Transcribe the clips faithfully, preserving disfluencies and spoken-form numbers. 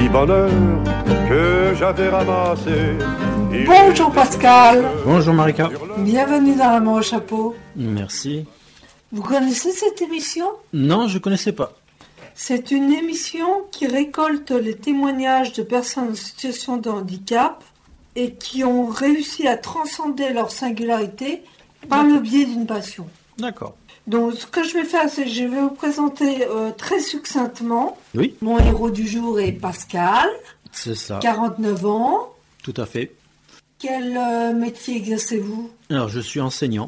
petit bonheur que j'avais ramassé. Bonjour Pascal. Bonjour Marika. Bienvenue dans La Main au chapeau. Merci. Vous connaissez cette émission ? Non, je connaissais pas. C'est une émission qui récolte les témoignages de personnes en situation de handicap et qui ont réussi à transcender leur singularité par le biais d'une passion. D'accord. Donc ce que je vais faire, c'est que je vais vous présenter euh, très succinctement. Oui. Mon héros du jour est Pascal. C'est ça. quarante-neuf ans. Tout à fait. Quel euh, métier exercez-vous ? Alors, je suis enseignant.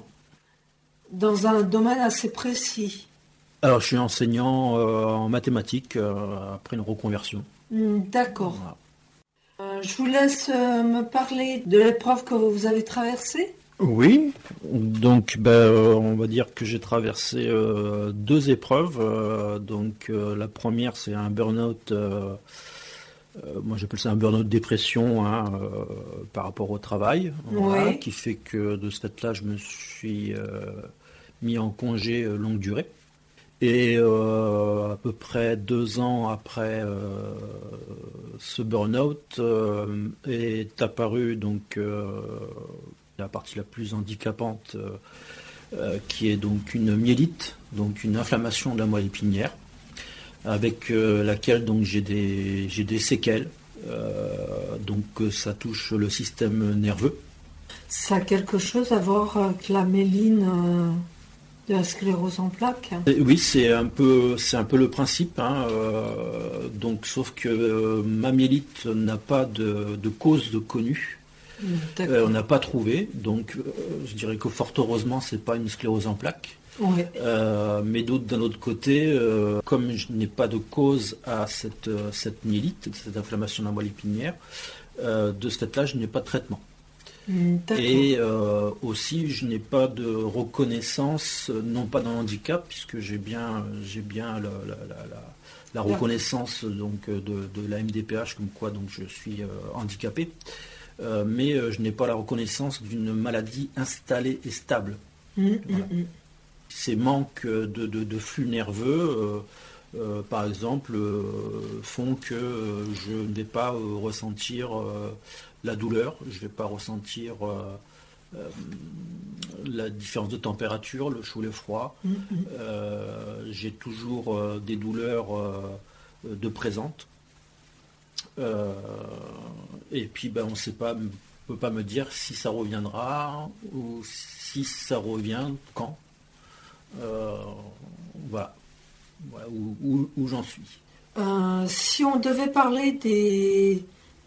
Dans un domaine assez précis. Alors, je suis enseignant euh, en mathématiques euh, après une reconversion. Mm, d'accord. Voilà. Euh, je vous laisse euh, me parler de l'épreuve que vous avez traversée. Oui. Donc, ben, euh, on va dire que j'ai traversé euh, deux épreuves. Euh, donc, euh, la première, c'est un burn-out. Euh, euh, moi, j'appelle ça un burn-out dépression hein, euh, par rapport au travail. Voilà, Oui. qui fait que de ce fait-là, je me suis euh, mis en congé euh, longue durée. Et euh, à peu près deux ans après euh, ce burn-out euh, est apparue donc euh, la partie la plus handicapante euh, euh, qui est donc une myélite, donc une inflammation de la moelle épinière, avec euh, laquelle donc j'ai des j'ai des séquelles. Euh, donc ça touche le système nerveux. Ça a quelque chose à voir avec la méline euh, de la sclérose en plaques. Et oui, c'est un peu, c'est un peu le principe. Hein, euh, donc, sauf que euh, ma myélite n'a pas de, de cause de connue. D'accord. Euh, on n'a pas trouvé. Donc, euh, je dirais que fort heureusement, c'est pas une sclérose en plaques. Oui. Euh, mais d'autre, d'un autre côté, euh, comme je n'ai pas de cause à cette, cette myélite, cette inflammation de la moelle épinière, euh, de ce fait-là, je n'ai pas de traitement. D'accord. Et euh, aussi, je n'ai pas de reconnaissance, non pas dans le handicap, puisque j'ai bien, j'ai bien la, la, la, la, la reconnaissance donc, de, de la M D P H, comme quoi donc, je suis euh, handicapé, euh, mais euh, je n'ai pas la reconnaissance d'une maladie installée et stable. Mmh, Voilà. mmh, mmh. Ces manques de, de, de flux nerveux, euh, euh, par exemple, euh, font que euh, je ne vais pas euh, ressentir euh, la douleur, je ne vais pas ressentir euh, euh, la différence de température, le chaud, le froid. Mmh, mmh. Euh, j'ai toujours euh, des douleurs euh, de présente. Euh, et puis ben, on ne sait pas, on ne peut pas me dire si ça reviendra ou si ça revient quand. Euh, voilà, voilà où, où, où j'en suis. Euh, si on devait parler des,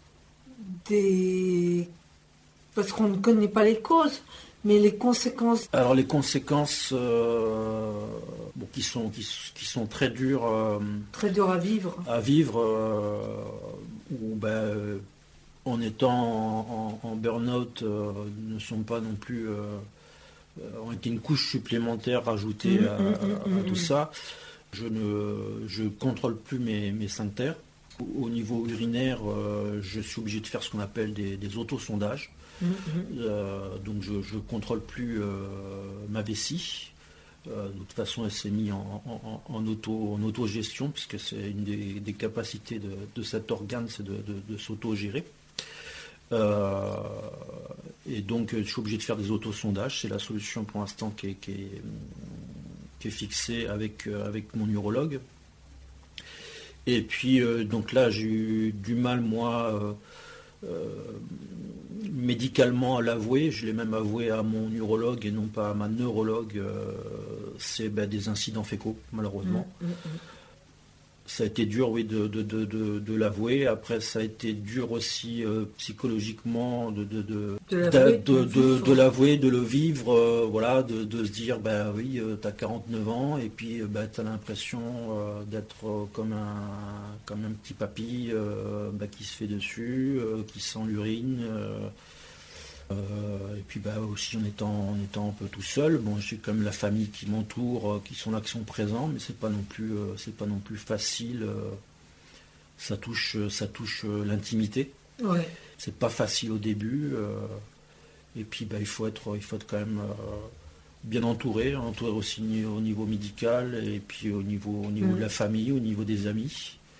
des... Parce qu'on ne connaît pas les causes, mais les conséquences... Alors les conséquences euh, bon, qui, sont, qui, qui sont très dures euh, Très dur à vivre. à vivre, euh, où ben, en étant en, en, en burn-out euh, ne sont pas non plus... Euh, ont été une couche supplémentaire rajoutée Mmh, à, mmh, à, à mmh, tout mmh. ça. Je ne je contrôle plus mes, mes sphincters. Au niveau urinaire, euh, je suis obligé de faire ce qu'on appelle des, des autosondages. Mmh, mmh. Euh, donc je ne contrôle plus euh, ma vessie. Euh, de toute façon, elle s'est mise en, en, en, auto, en autogestion, puisque c'est une des, des capacités de, de cet organe, c'est de, de, de s'auto-gérer. Euh, et donc je suis obligé de faire des autosondages, c'est la solution pour l'instant qui est, qui est, qui est fixée avec, avec mon urologue. Et puis euh, donc là j'ai eu du mal moi euh, euh, médicalement à l'avouer, je l'ai même avoué à mon urologue et non pas à ma neurologue, euh, c'est ben, des incidents fécaux malheureusement. Mmh, mmh, Ça a été dur, oui, de, de, de, de, de l'avouer. Après, ça a été dur aussi euh, psychologiquement de, de, de, De l'avouer, de, de, de de, vivre. de l'avouer, de le vivre, euh, voilà, de, de se dire, ben oui, euh, t'as quarante-neuf ans et puis euh, ben, t'as l'impression euh, d'être euh, comme, un, comme un petit papy euh, ben, qui se fait dessus, euh, qui sent l'urine. Euh, Euh, et puis bah, aussi en étant, en étant un peu tout seul, bon, j'ai quand même la famille qui m'entoure, euh, qui sont là, qui sont présents, mais c'est pas non plus, euh, c'est pas non plus facile. Euh, ça touche, ça touche euh, l'intimité. Ouais. C'est pas facile au début. Euh, et puis bah, il faut être, il faut être quand même euh, bien entouré, entouré aussi au niveau médical et puis au niveau, au niveau Mmh. de la famille, au niveau des amis.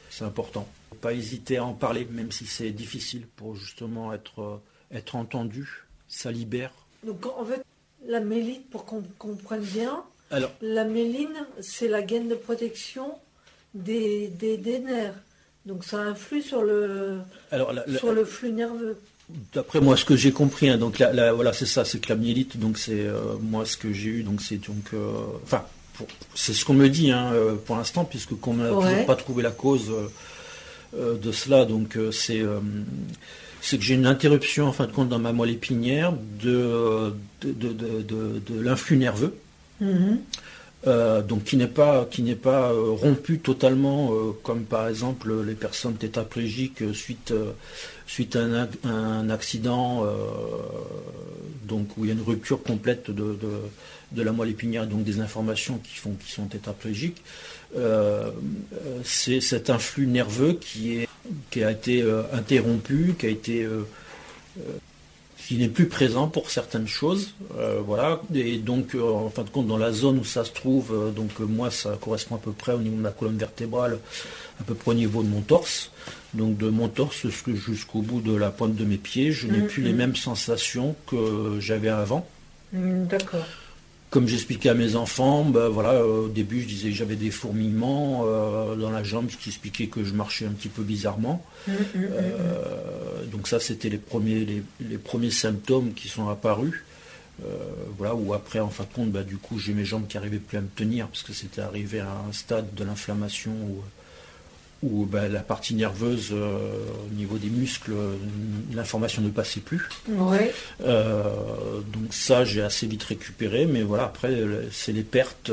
C'est important. Pas hésiter à en parler, même si c'est difficile, pour justement être, être entendu. Ça libère. Donc en fait, la mélite, pour qu'on comprenne bien, Alors, la méline, c'est la gaine de protection des, des, des nerfs. Donc ça influe sur le, alors la, la, sur le flux nerveux. D'après moi, ce que j'ai compris, hein, donc la, la, voilà, c'est ça, c'est que la myélite, donc c'est euh, moi ce que j'ai eu, donc c'est donc, euh, enfin, pour, c'est ce qu'on me dit hein, euh, pour l'instant, puisque qu'on n'a Ouais. toujours pas trouvé la cause euh, euh, de cela, donc euh, c'est euh, c'est que j'ai une interruption en fin de compte dans ma moelle épinière de de, de, de, de, de l'influx nerveux. Mm-hmm. Euh, donc qui n'est pas qui n'est pas euh, rompu totalement euh, comme par exemple les personnes tétraplégiques euh, suite euh, suite à un, un accident euh, donc où il y a une rupture complète de, de, de la moelle épinière, donc des informations qui font qui sont tétraplégiques. Euh, c'est cet influx nerveux qui est qui a été euh, interrompu, qui a été euh, euh, qui n'est plus présent pour certaines choses, euh, voilà, et donc euh, en fin de compte dans la zone où ça se trouve, euh, donc euh, moi ça correspond à peu près au niveau de ma colonne vertébrale, à peu près au niveau de mon torse, donc de mon torse jusqu'au bout de la pointe de mes pieds, je n'ai mmh, plus mmh. les mêmes sensations que j'avais avant. Mmh, d'accord. Comme j'expliquais à mes enfants, ben voilà, euh, au début je disais que j'avais des fourmillements euh, dans la jambe, ce qui expliquait que je marchais un petit peu bizarrement. Mmh, mmh, euh, donc ça c'était les premiers, les, les premiers symptômes qui sont apparus. Euh, voilà, où après en fin de compte, bah, du coup j'ai mes jambes qui n'arrivaient plus à me tenir parce que c'était arrivé à un stade de l'inflammation où, où bah, la partie nerveuse euh, au niveau des muscles, l'information ne passait plus. Ouais. Euh, donc ça j'ai assez vite récupéré, mais voilà, après c'est les pertes,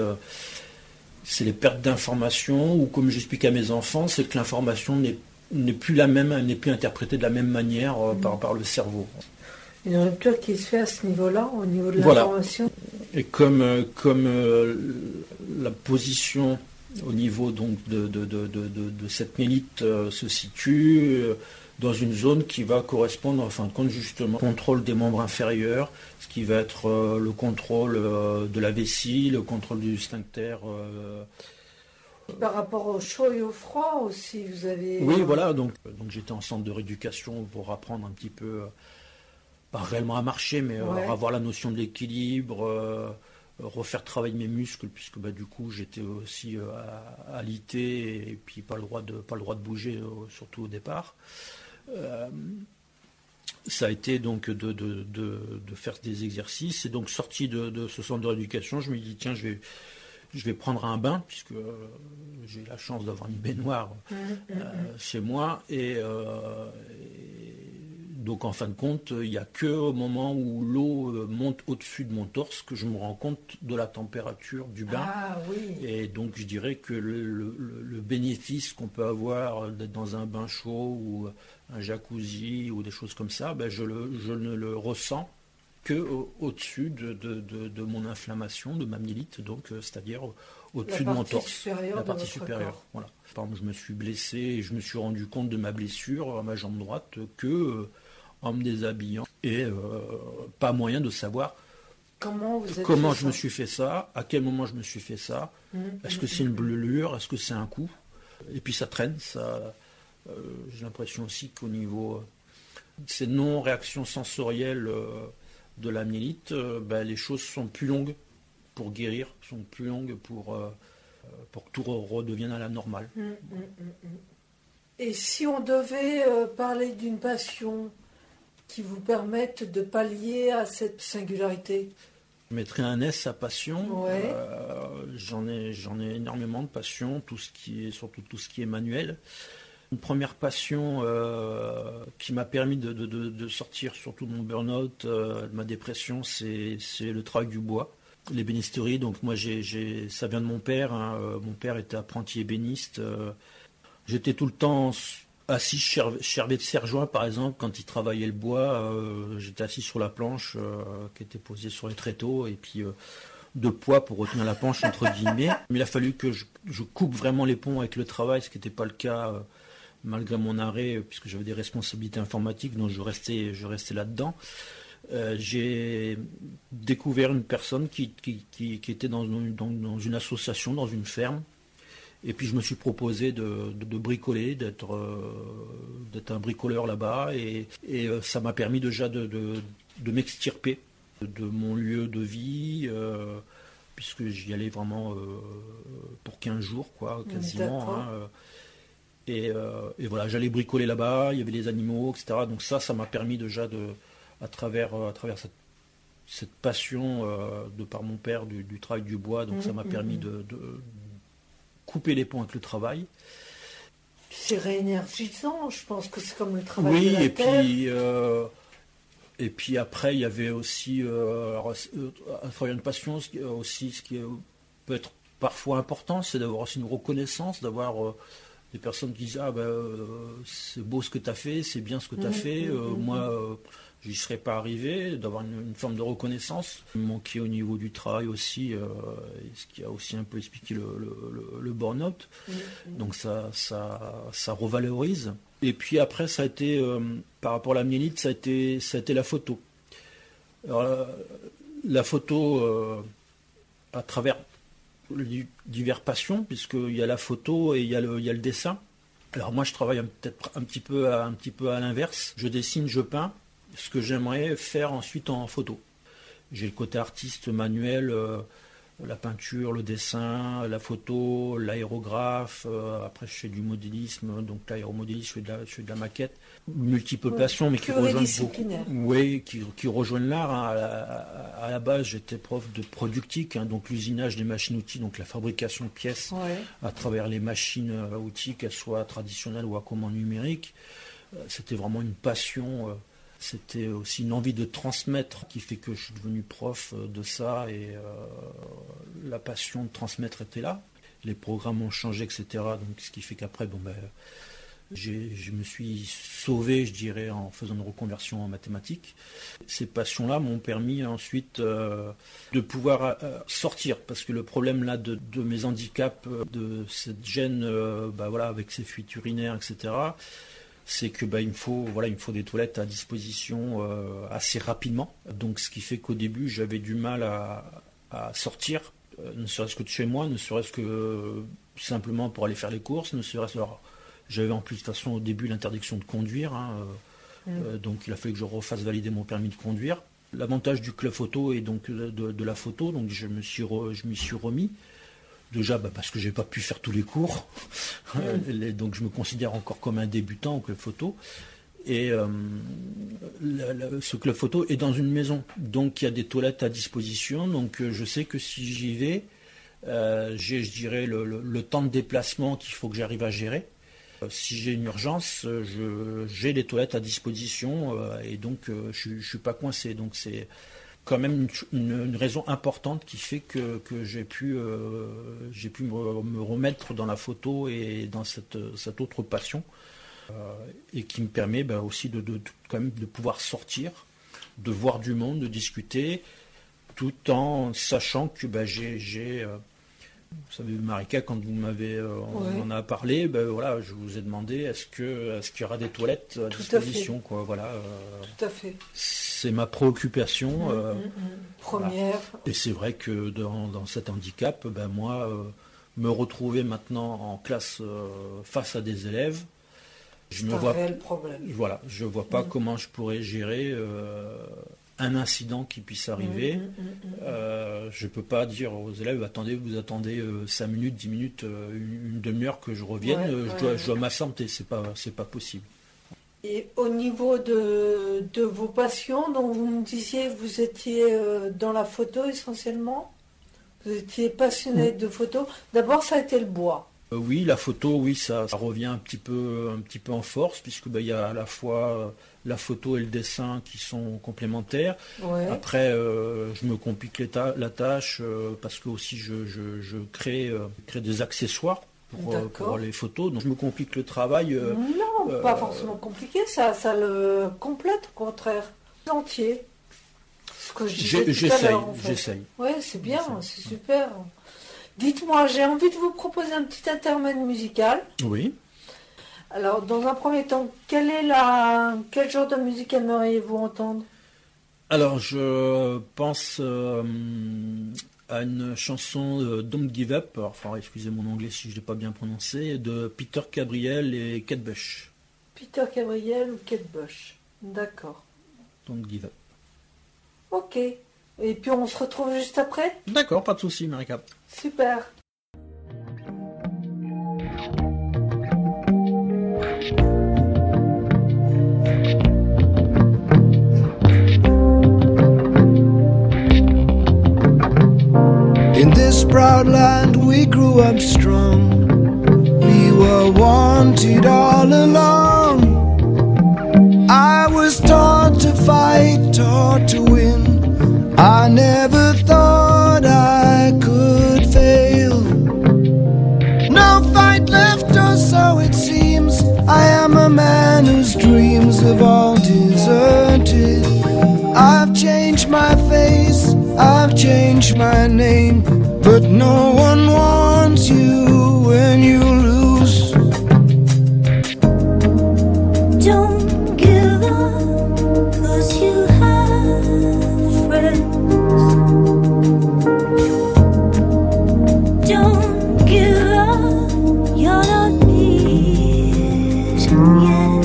c'est les pertes d'information, ou comme j'explique à mes enfants, c'est que l'information n'est, n'est plus la même, elle n'est plus interprétée de la même manière euh, mmh. par, par le cerveau. Une rupture qui se fait à ce niveau-là, au niveau de voilà. l'information. Et comme, comme euh, la position au niveau donc de, de, de, de, de cette myélite euh, se situe euh, dans une zone qui va correspondre en fin de compte justement au contrôle des membres inférieurs, ce qui va être euh, le contrôle euh, de la vessie, le contrôle du sphincter. Euh, Par rapport au chaud et au froid aussi, vous avez... Oui, voilà, donc, donc j'étais en centre de rééducation pour apprendre un petit peu, euh, pas réellement à marcher, mais ouais. euh, avoir la notion de l'équilibre, euh, refaire travailler mes muscles, puisque bah, du coup j'étais aussi euh, alité et puis pas le droit de, pas le droit de bouger, euh, surtout au départ. Euh, ça a été donc de, de, de, de faire des exercices, et donc sorti de, de ce centre de rééducation, je me dis tiens, je vais, je vais prendre un bain, puisque euh, j'ai la chance d'avoir une baignoire mmh, euh, mmh. chez moi, et, euh, et donc en fin de compte, il n'y a que au moment où l'eau monte au-dessus de mon torse que je me rends compte de la température du bain. Ah, oui. Et donc je dirais que le, le, le bénéfice qu'on peut avoir d'être dans un bain chaud ou un jacuzzi ou des choses comme ça, ben je, le, je ne le ressens que au, au-dessus de, de, de, de mon inflammation, de ma myélite, donc c'est-à-dire au-dessus de mon torse, la partie supérieure. Voilà. Par exemple, je me suis blessé et je me suis rendu compte de ma blessure à ma jambe droite que en me déshabillant, et euh, pas moyen de savoir comment, vous comment je ça. me suis fait ça, à quel moment je me suis fait ça, mmh, est-ce mmh, que c'est une brûlure, est-ce que c'est un coup, et puis ça traîne, ça, euh, j'ai l'impression aussi qu'au niveau euh, de ces non-réactions sensorielles euh, de la myélite, euh, ben, les choses sont plus longues pour guérir, sont plus longues pour, euh, pour que tout redevienne à la normale. Mmh, mmh, mmh. Et si on devait euh, parler d'une passion qui vous permettent de pallier à cette singularité? Je mettrais un S à passion. Ouais. Euh, j'en ai, j'en ai énormément de passion, tout ce qui est, surtout tout ce qui est manuel. Une première passion euh, qui m'a permis de, de, de, de sortir surtout de mon burn-out, euh, de ma dépression, c'est, c'est le travail du bois, l'ébénisterie. Donc moi, j'ai, j'ai, ça vient de mon père. Hein. Mon père était apprenti ébéniste. Euh, j'étais tout le temps assis chez Hervé de Serjoin, par exemple, quand il travaillait le bois, euh, j'étais assis sur la planche euh, qui était posée sur les tréteaux, et puis euh, de poids pour retenir la planche, entre guillemets. Mais il a fallu que je, je coupe vraiment les ponts avec le travail, ce qui n'était pas le cas euh, malgré mon arrêt, puisque j'avais des responsabilités informatiques, donc je restais, je restais là-dedans. Euh, j'ai découvert une personne qui, qui, qui, qui était dans une, dans, dans une association, dans une ferme, Et puis je me suis proposé de, de, de bricoler, d'être, euh, d'être un bricoleur là-bas. Et, et euh, ça m'a permis déjà de, de, de m'extirper de, de mon lieu de vie, euh, puisque j'y allais vraiment euh, pour quinze jours, quoi, quasiment. Hein, euh, et, euh, et voilà, j'allais bricoler là-bas, il y avait les animaux, et cetera. Donc ça, ça m'a permis déjà de, à travers, à travers cette, cette passion euh, de par mon père du, du travail du bois, donc mmh, ça m'a mmh. permis de, de couper les ponts avec le travail. C'est réénergisant, je pense que c'est comme le travail oui, de la et terre. Puis, euh, et puis après, il y avait aussi, euh, alors, à travers une passion, ce qui, aussi, ce qui peut être parfois important, c'est d'avoir aussi une reconnaissance, d'avoir euh, des personnes qui disent « Ah ben, euh, c'est beau ce que tu as fait, c'est bien ce que tu as mmh, fait, mmh, euh, mmh. moi, euh, j'y serais pas arrivé », d'avoir une, une forme de reconnaissance. Il manquait au niveau du travail aussi, euh, ce qui a aussi un peu expliqué le, le, le, le burn-out. Mmh, mmh. Donc ça, ça, ça revalorise. Et puis après, ça a été, euh, par rapport à la myélite, ça a été, ça a été la photo. Alors, la, la photo, euh, à travers diverses passions, puisqu'il y a la photo et il y a le, il y a le dessin. Alors moi, je travaille peut-être un petit peu à, un petit peu à l'inverse. Je dessine, je peins ce que j'aimerais faire ensuite en photo. J'ai le côté artiste manuel, euh, la peinture, le dessin, la photo, l'aérographe. Euh, après, je fais du modélisme, donc l'aéromodélisme, je fais de la, je fais de la maquette. Multiples ouais, passions, mais qui rejoignent beaucoup. Oui, qui, qui rejoignent l'art. Hein. À, la, à la base, j'étais prof de productique, hein, donc l'usinage des machines-outils, donc la fabrication de pièces ouais. à travers les machines-outils, qu'elles soient traditionnelles ou à commande numérique. Euh, c'était vraiment une passion. Euh, C'était aussi une envie de transmettre qui fait que je suis devenu prof de ça et euh, la passion de transmettre était là. Les programmes ont changé, et cetera. Donc, ce qui fait qu'après, bon, ben, j'ai, je me suis sauvé, je dirais, en faisant une reconversion en mathématiques. Ces passions-là m'ont permis ensuite euh, de pouvoir euh, sortir, parce que le problème là de, de mes handicaps, de cette gêne, euh, ben, voilà, avec ces fuites urinaires, et cetera, c'est que bah, il me faut voilà il me faut des toilettes à disposition euh, assez rapidement. Donc ce qui fait qu'au début j'avais du mal à, à sortir, euh, ne serait-ce que de chez moi, ne serait-ce que euh, simplement pour aller faire les courses, ne serait-ce alors j'avais en plus de toute façon au début l'interdiction de conduire, hein, euh, mmh. euh, donc il a fallu que je refasse valider mon permis de conduire. L'avantage du club photo et donc de, de, de la photo, donc je me suis re, je m'y suis remis. Déjà bah parce que j'ai pas pu faire tous les cours, mmh. donc je me considère encore comme un débutant au club photo. Et euh, la, la, ce club photo est dans une maison, donc il y a des toilettes à disposition. Donc euh, je sais que si j'y vais, euh, j'ai, je dirais, le, le, le temps de déplacement qu'il faut que j'arrive à gérer. Euh, si j'ai une urgence, je, j'ai les toilettes à disposition euh, et donc euh, je, je suis pas coincé. Donc c'est quand même une, une, une raison importante qui fait que, que j'ai pu, euh, j'ai pu me, me remettre dans la photo et dans cette, cette autre passion, euh, et qui me permet bah, aussi de, de, de, quand même de pouvoir sortir, de voir du monde, de discuter, tout en sachant que bah, j'ai... j'ai euh, vous savez, Marika, quand vous m'avez euh, on ouais. en a parlé, ben voilà, je vous ai demandé est-ce que est-ce qu'il y aura des toilettes à Tout disposition, à quoi, voilà. Euh, Tout à fait. C'est ma préoccupation. Mmh, euh, mmh, mmh. Première. Voilà. Et c'est vrai que dans, dans cet handicap, ben moi, euh, me retrouver maintenant en classe euh, face à des élèves, je c'est me un vois. réel problème. Voilà, je vois pas mmh. comment je pourrais gérer. Euh, un incident qui puisse arriver, mmh, mmh, mmh. Euh, je ne peux pas dire aux élèves attendez, vous attendez euh, cinq minutes, dix minutes, euh, une, une demi-heure que je revienne, ouais, euh, je, ouais, dois, ouais. je dois m'absenter, c'est pas, c'est pas possible. Et au niveau de, de vos passions, dont vous me disiez que vous étiez euh, dans la photo essentiellement, vous étiez passionné mmh. de photo, d'abord ça a été le bois. Euh, oui, la photo, oui, ça, ça revient un petit peu, un petit peu en force, puisque bah, y a à la fois euh, la photo et le dessin qui sont complémentaires. Ouais. Après, euh, je me complique les ta- la tâche euh, parce que aussi je, je, je crée, euh, crée des accessoires pour, euh, pour les photos. Donc je me complique le travail. Euh, non, euh, pas forcément compliqué, ça, ça le complète au contraire. Entier. Ce que je disais tout j'essaye, à l'heure, en fait. j'essaye. Oui, c'est bien, j'essaye. C'est super. Dites-moi, j'ai envie de vous proposer un petit intermède musical. Oui. Alors, dans un premier temps, quelle est la... quel genre de musique aimeriez-vous entendre ? Alors, je pense euh, à une chanson de Don't Give Up, enfin excusez mon anglais si je ne l'ai pas bien prononcé, de Peter Gabriel et Kate Bush. Peter Gabriel ou Kate Bush. D'accord. Don't Give Up. Ok. Et puis on se retrouve juste après ? D'accord, pas de souci, Marika. Super. In this proud land we grew up strong. We were wanted all along. I was taught to fight, taught to win. I never thought I could fail. No fight left, or so it seems. I am a man whose dreams have all deserted. I've changed my face, I've changed my name, but no one wants you when you lose. Don't give up, 'cause you have friends. Don't give up, you're not beaten yet.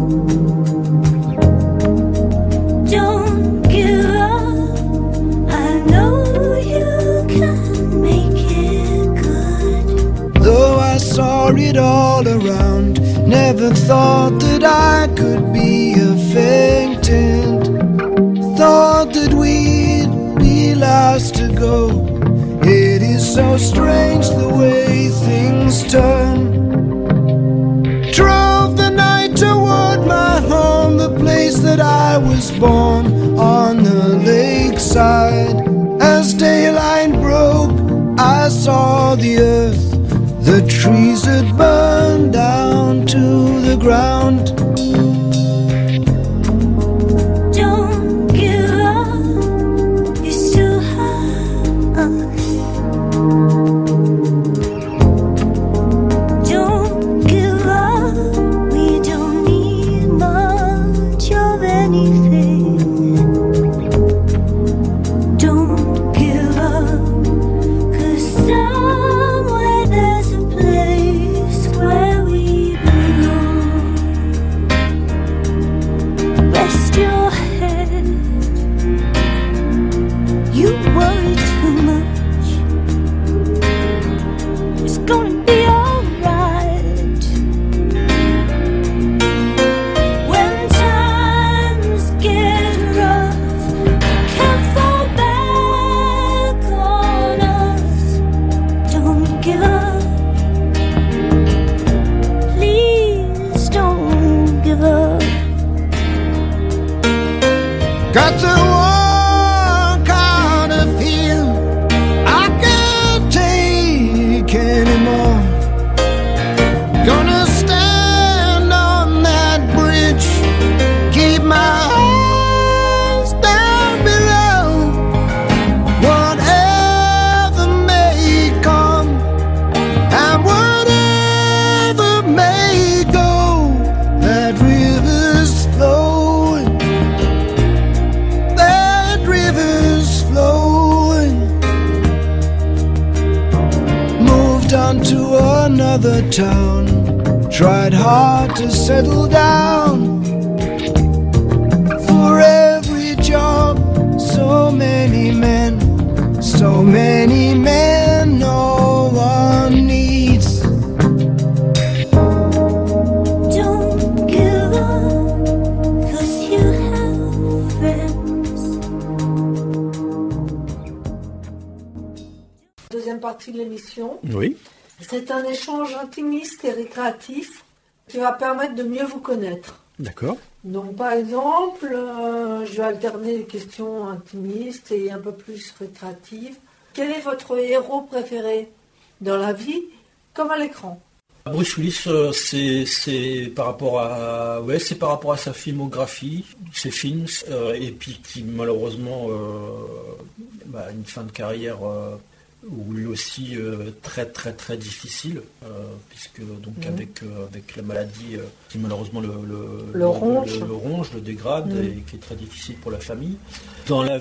Don't give up, I know you can make it good. Though I saw it all around, never thought that I could be affected. Thought that we'd be last to go. It is so strange the way things turn. Drove the night toward my home, the place that I was born, on the lakeside. As daylight broke, I saw the earth. The trees had burned down to the ground. Don't give up, you still have us. Don't give up, we don't need much of anything. Don't give up, 'cause somewhere there's a place where we belong. Rest your head, you worry too much. It's gonna be alright. When times get rough, can't fall back on us. Don't give up, please don't give up. Got to walk out of here, I can't take anymore. Gonna stand on that bridge, keep my eyes down below. Whatever may come, and whatever may go, that river's flowing, that river's flowing. Moved on to another town, tried hard to settle down. For every job, so many men, so many men no one needs. Don't give up, 'cause you have friends. Deuxième partie de l'émission. Oui. C'est un échange intimiste et récréatif qui va permettre de mieux vous connaître. D'accord. Donc par exemple, euh, je vais alterner les questions intimistes et un peu plus récréatives. Quel est votre héros préféré dans la vie comme à l'écran ? Bruce Willis, euh, c'est, c'est par rapport à, ouais, c'est par rapport à sa filmographie, ses films, euh, et puis qui malheureusement euh, bah, une fin de carrière euh, où lui aussi euh, très très très difficile, euh, puisque donc mmh. avec euh, avec la maladie euh, qui malheureusement le le, le ronge, le, le, le ronge, le dégrade mmh. et qui est très difficile pour la famille. Dans la vie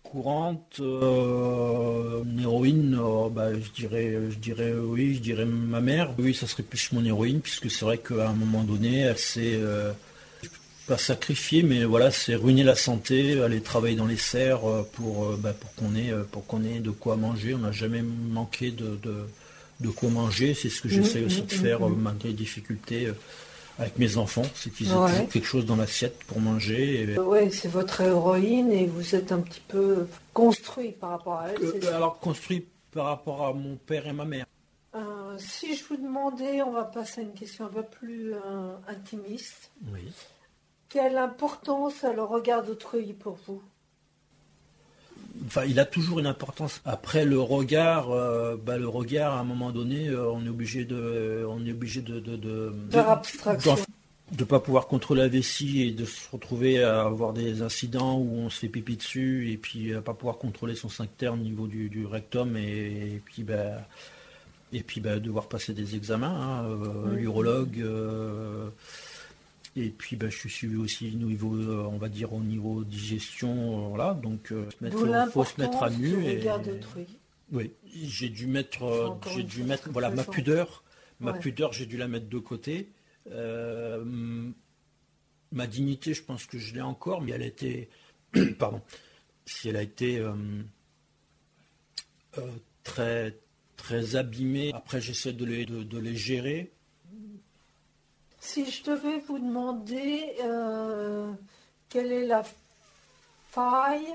courante, euh, une héroïne, euh, bah, je dirais, je dirais oui, je dirais ma mère. Oui, ça serait plus mon héroïne, puisque c'est vrai qu'à un moment donné, elle s'est euh, pas sacrifiée, mais voilà, c'est ruiner la santé, aller travailler dans les serres pour, euh, bah, pour qu'on ait, pour qu'on ait de quoi manger. On n'a jamais manqué de, de, de quoi manger. C'est ce que j'essaie Mmh, aussi mmh, de faire mmh. euh, malgré les difficultés. Euh, avec mes enfants, c'est qu'ils aient Ouais. toujours quelque chose dans l'assiette pour manger. Et... Oui, c'est votre héroïne et vous êtes un petit peu construit par rapport à elle. Euh, c'est ça. alors construit par rapport à mon père et ma mère. Euh, si je vous demandais, on va passer à une question un peu plus euh, intimiste. Oui. Quelle importance a le regard d'autrui pour vous? Enfin, il a toujours une importance. Après le regard, euh, bah, le regard, à un moment donné, euh, on est obligé de, on est obligé de, de, de, Faire de- abstraction. de pas pouvoir contrôler la vessie et de se retrouver à avoir des incidents où on se fait pipi dessus et puis à pas pouvoir contrôler son sphincter au niveau du, du rectum et, et puis bah, et puis bah, devoir passer des examens, hein, euh, Mhm. l'urologue. euh, et puis bah, je suis suivi aussi au niveau, euh, on va dire au niveau digestion, euh, voilà. Donc euh, se mettre- D'où faut, faut se mettre à l'importance nu. du et- regard d'autrui. oui, j'ai dû mettre, euh, encore j'ai une dû fois mettre, très voilà, ma fort. pudeur, ma Ouais. pudeur, j'ai dû la mettre de côté. Euh, ma dignité, je pense que je l'ai encore, mais elle a été, pardon, si elle a été euh, euh, très, très abîmée. Après, j'essaie de les, de, de les gérer. Si je devais vous demander euh, quelle est la faille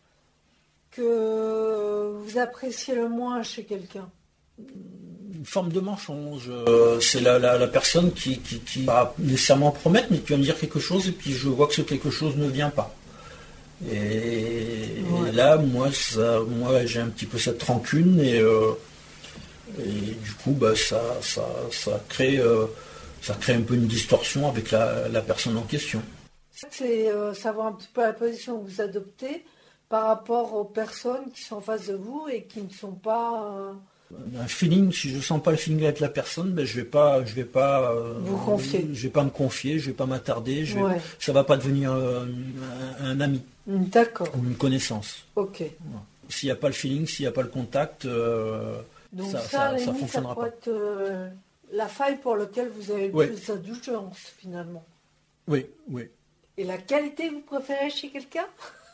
que vous appréciez le moins chez quelqu'un? Une forme de mensonge. Euh, c'est la, la, la personne qui, qui, qui va nécessairement promettre, mais qui va me dire quelque chose, et puis je vois que ce quelque chose ne vient pas. Et, Ouais. et là, moi, ça, moi, j'ai un petit peu cette rancune, et, euh, et du coup, bah, ça, ça, ça crée, euh, ça crée un peu une distorsion avec la, la personne en question. C'est euh, savoir un petit peu la position que vous adoptez par rapport aux personnes qui sont en face de vous et qui ne sont pas... euh, Un feeling, si je sens pas le feeling avec la personne, ben je vais pas, je vais pas, euh, Vous confier. je vais pas me confier, je vais pas m'attarder, je vais- Ouais. ça va pas devenir euh, un, un ami D'accord, ou une connaissance. ok. S'il n'y a pas le feeling, s'il n'y a pas le contact, euh, Donc ça, ça, ça, à la ça limite, ça fonctionnera pourrait pas. être euh, la faille pour laquelle vous avez le Ouais. plus d'indulgence, finalement. Oui, oui. Et la qualité que vous préférez chez quelqu'un?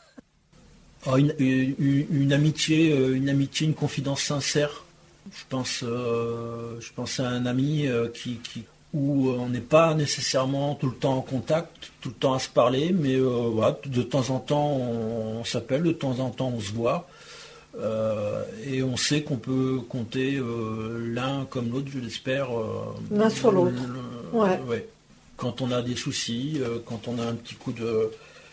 Ah, une, une- une amitié, euh, une amitié, une confidence sincère. Je pense, euh, je pense à un ami euh, qui, qui, où on n'est pas nécessairement tout le temps en contact, tout le temps à se parler, mais euh, voilà, de temps en temps on, on s'appelle, de temps en temps on se voit, euh, et on sait qu'on peut compter euh, l'un comme l'autre, je l'espère. euh, L'un sur l'autre. le- Ouais. ouais. Quand on a des soucis, euh, quand on a un petit coup de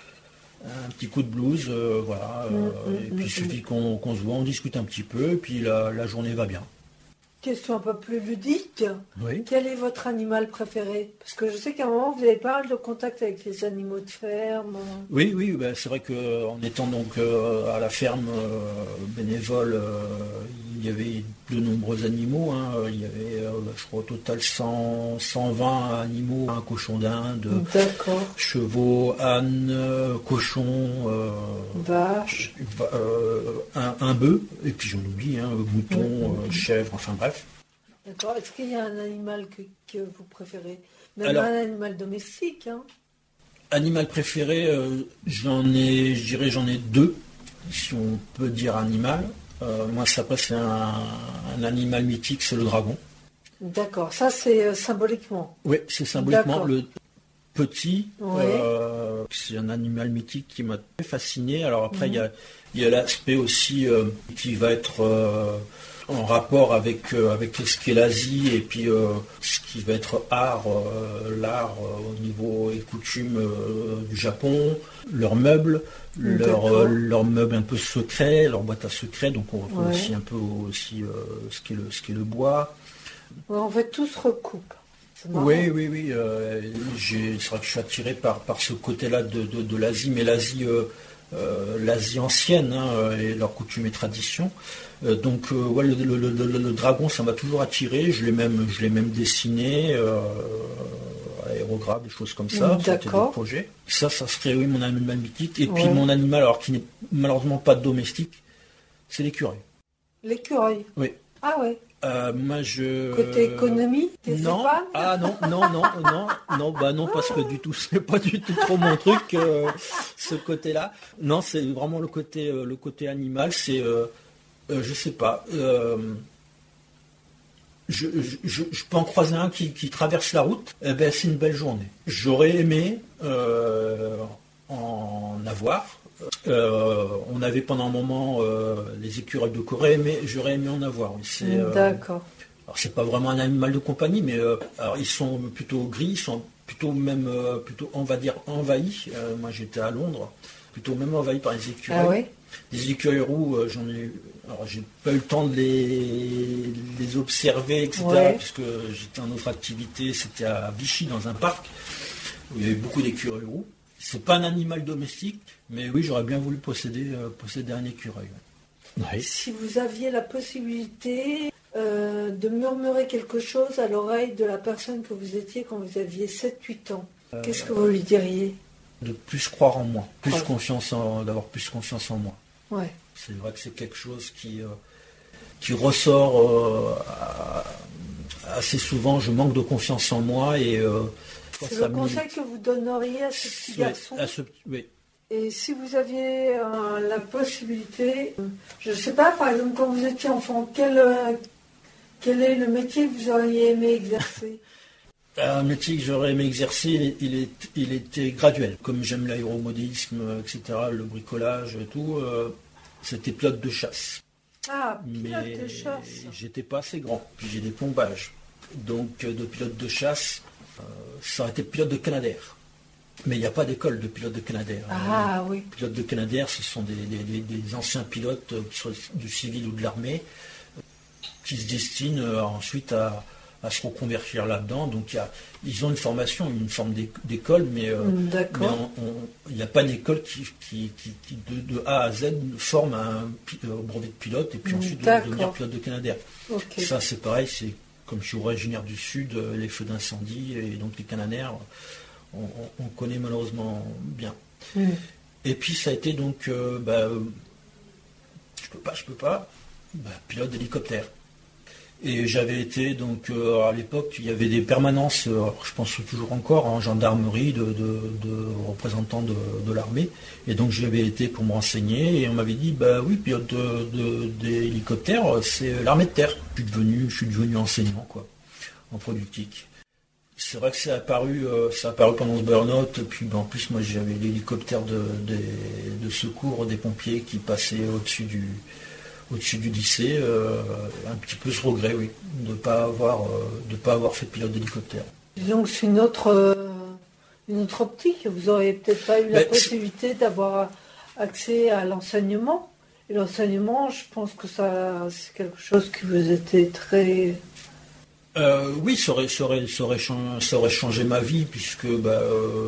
un petit coup de blues, euh, voilà. euh, Mm, mm, et puis mm, il suffit qu'on qu'on se voit, on discute un petit peu, et puis la, la journée va bien. Question un peu plus ludique. Oui. Quel est votre animal préféré? Parce que je sais qu'à un moment, vous avez pas mal de contact avec les animaux de ferme. Oui, oui, ben, c'est vrai qu'en étant donc euh, à la ferme euh, bénévole, euh, il y avait de nombreux animaux. Hein. Il y avait, euh, je crois, au total cent, cent vingt animaux, un cochon d'Inde, D'accord. chevaux, ânes, euh, cochons, euh, Vache. euh, un, un bœuf, et puis j'en oublie, hein, mouton, euh, chèvre, enfin bref. D'accord. Est-ce qu'il y a un animal que, que vous préférez? Même Alors- un animal domestique, hein? Animal préféré, euh, j'en ai, je dirais j'en ai deux, si on peut dire animal. Euh, moi, ça après, c'est un, un animal mythique, c'est le dragon. D'accord. Ça, c'est euh, symboliquement. Oui, c'est symboliquement D'accord. le petit. Oui. euh, c'est un animal mythique qui m'a fasciné. Alors après, il y a, il y a l'aspect aussi euh, qui va être euh, en rapport avec, euh, avec ce qu'est l'Asie et puis euh, ce qui va être art, euh, l'art euh, au niveau et coutumes euh, du Japon, leurs meubles, leurs D'accord. euh, leurs meubles un peu secrets, leurs boîtes à secrets. Donc on retrouve Ouais. aussi un peu aussi euh, ce qu'est le, ce qu'est le bois. Ouais, en fait, tout se recoupe. C'est marrant. Oui, oui, oui. euh, j'ai- c'est vrai que je suis attiré par, par ce côté-là de, de, de l'Asie, mais l'Asie, euh, euh, l'Asie ancienne, hein, euh, et leurs coutumes et traditions. Euh, donc, euh, ouais, le, le- le- le- le dragon, ça m'a toujours attiré. Je l'ai même, je l'ai même dessiné. euh, et aérographes, des choses comme ça. C'était D'accord. des projets. Ça, ça serait oui mon animal mythique. Et puis Ouais. mon animal, alors qui n'est malheureusement pas domestique, c'est l'écureuil. L'écureuil. Oui. Ah ouais. Euh, moi, je. Côté économie, t'es Non. épargne. Ah non, non, non, non, non, bah non, parce que du tout, c'est pas du tout trop mon truc, euh, ce côté-là. Non, c'est vraiment le côté, euh, le côté animal. C'est, euh, euh, je sais pas. Euh, je, je, je, je peux en croiser un qui, qui traverse la route. Eh ben, c'est une belle journée. J'aurais aimé euh, en avoir. Euh, on avait pendant un moment euh, les écureuils de Corée, mais j'aurais aimé en avoir. Oui. C'est, euh, D'accord. alors c'est pas vraiment un animal de compagnie, mais euh, alors ils sont plutôt gris, ils sont plutôt même euh, plutôt on va dire envahis. Euh, moi j'étais à Londres, plutôt même envahis par les écureuils. Ah ouais. Les écureuils roux, euh, j'en ai eu. Alors j'ai pas eu le temps de les, les observer, et cetera. Ouais. Puisque j'étais en autre activité, c'était à Vichy dans un parc où il y avait beaucoup d'écureuils roux. C'est pas un animal domestique, mais oui, j'aurais bien voulu posséder, euh, posséder un écureuil. Ouais. Si vous aviez la possibilité euh, de murmurer quelque chose à l'oreille de la personne que vous étiez quand vous aviez sept huit ans, Euh, qu'est-ce que vous lui diriez? De plus croire en moi, plus Ouais. confiance en, d'avoir plus confiance en moi. Ouais. C'est vrai que c'est quelque chose qui, euh, qui ressort euh, à- assez souvent. Je manque de confiance en moi et euh, C'est ça le me- conseil que vous donneriez à ce petit Oui, garçon. à ce- oui. Et si vous aviez euh, la possibilité, je ne sais pas, par exemple, quand vous étiez enfant, quel, euh, quel est le métier que vous auriez aimé exercer? Un métier que j'aurais aimé exercer, il, est- il, est- il était graduel. Comme j'aime l'aéromodélisme, euh, et cetera, le bricolage et tout, euh, c'était pilote de chasse. Ah, pilote Mais de chasse. j'étais pas assez grand, puis j'ai des plombages. Donc euh, de pilote de chasse, euh, ça aurait été pilote de Canadair. Mais il n'y a pas d'école de pilote de Canadair. Ah Euh, oui. Pilotes de Canadair, ce sont des, des- des- des anciens pilotes, euh, qui soient du civil ou de l'armée, euh, qui se destinent euh, ensuite à, à se reconvertir là-dedans. Donc il y a- ils ont une formation, une forme d'é- d'école, mais euh, mais D'accord. on- on- il n'y a pas d'école qui, qui- qui- qui, de, de A à Z forme un pi- euh, brevet de pilote et puis ensuite de D'accord. devenir pilote de Canadair. Ok. Ça c'est pareil, c'est comme je suis originaire du Sud, euh, les feux d'incendie et donc les Canadair, on, on- on connaît malheureusement bien. Mm. Et puis ça a été donc, euh, bah, euh, je peux pas, je peux pas, bah, pilote d'hélicoptère. Et j'avais été donc euh, à l'époque, il y avait des permanences, euh, je pense toujours encore, en gendarmerie de, de- de représentants de, de l'armée. Et donc j'avais été pour me renseigner et on m'avait dit, bah oui, pilote de, de- d'hélicoptère, c'est l'armée de terre. Je suis devenu, je suis devenu enseignant quoi, en productique. C'est vrai que ça a apparu, euh, ça a apparu pendant ce burn-out. Puis ben, en plus, moi, j'avais l'hélicoptère de, des- de secours des pompiers qui passait au-dessus du, au-dessus du lycée. Euh, un petit peu ce regret, oui, de ne pas avoir, euh, de pas avoir fait pilote d'hélicoptère. Disons que c'est une autre, euh, une autre optique. Vous n'auriez peut-être pas eu la Mais possibilité d'avoir accès à l'enseignement. Et l'enseignement, je pense que ça, c'est quelque chose qui vous était très... Euh, oui, ça aurait, ça, aurait, ça, aurait changé, ça aurait changé ma vie puisque bah, euh,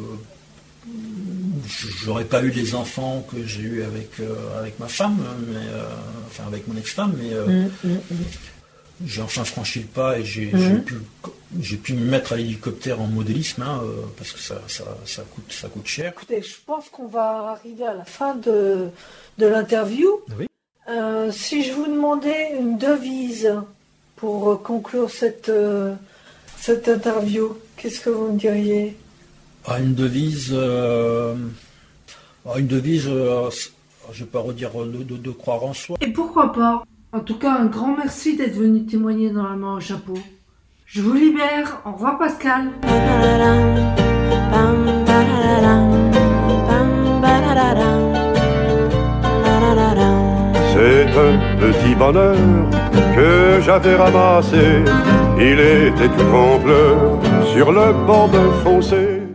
j'aurais pas eu les enfants que j'ai eu avec, euh, avec ma femme, mais, euh, enfin avec mon ex-femme, mais euh, Mm, mm, mm. j'ai enfin franchi le pas et j'ai Mhm. j'ai pu, j'ai pu me mettre à l'hélicoptère en modélisme hein, euh, parce que ça, ça, ça, coûte, ça coûte cher. Écoutez, je pense qu'on va arriver à la fin de, de l'interview. Oui. Euh, si je vous demandais une devise pour euh, conclure cette, euh, cette interview, qu'est-ce que vous me diriez? Ah, une devise, euh, ah, une devise, euh, je ne vais pas redire de, de, de croire en soi. Et pourquoi pas? En tout cas, un grand merci d'être venu témoigner dans la main au chapeau. Je vous libère. Au revoir Pascal. C'est un petit bonheur que j'avais ramassé. Il était tout en pleurs sur le bord d'un fossé.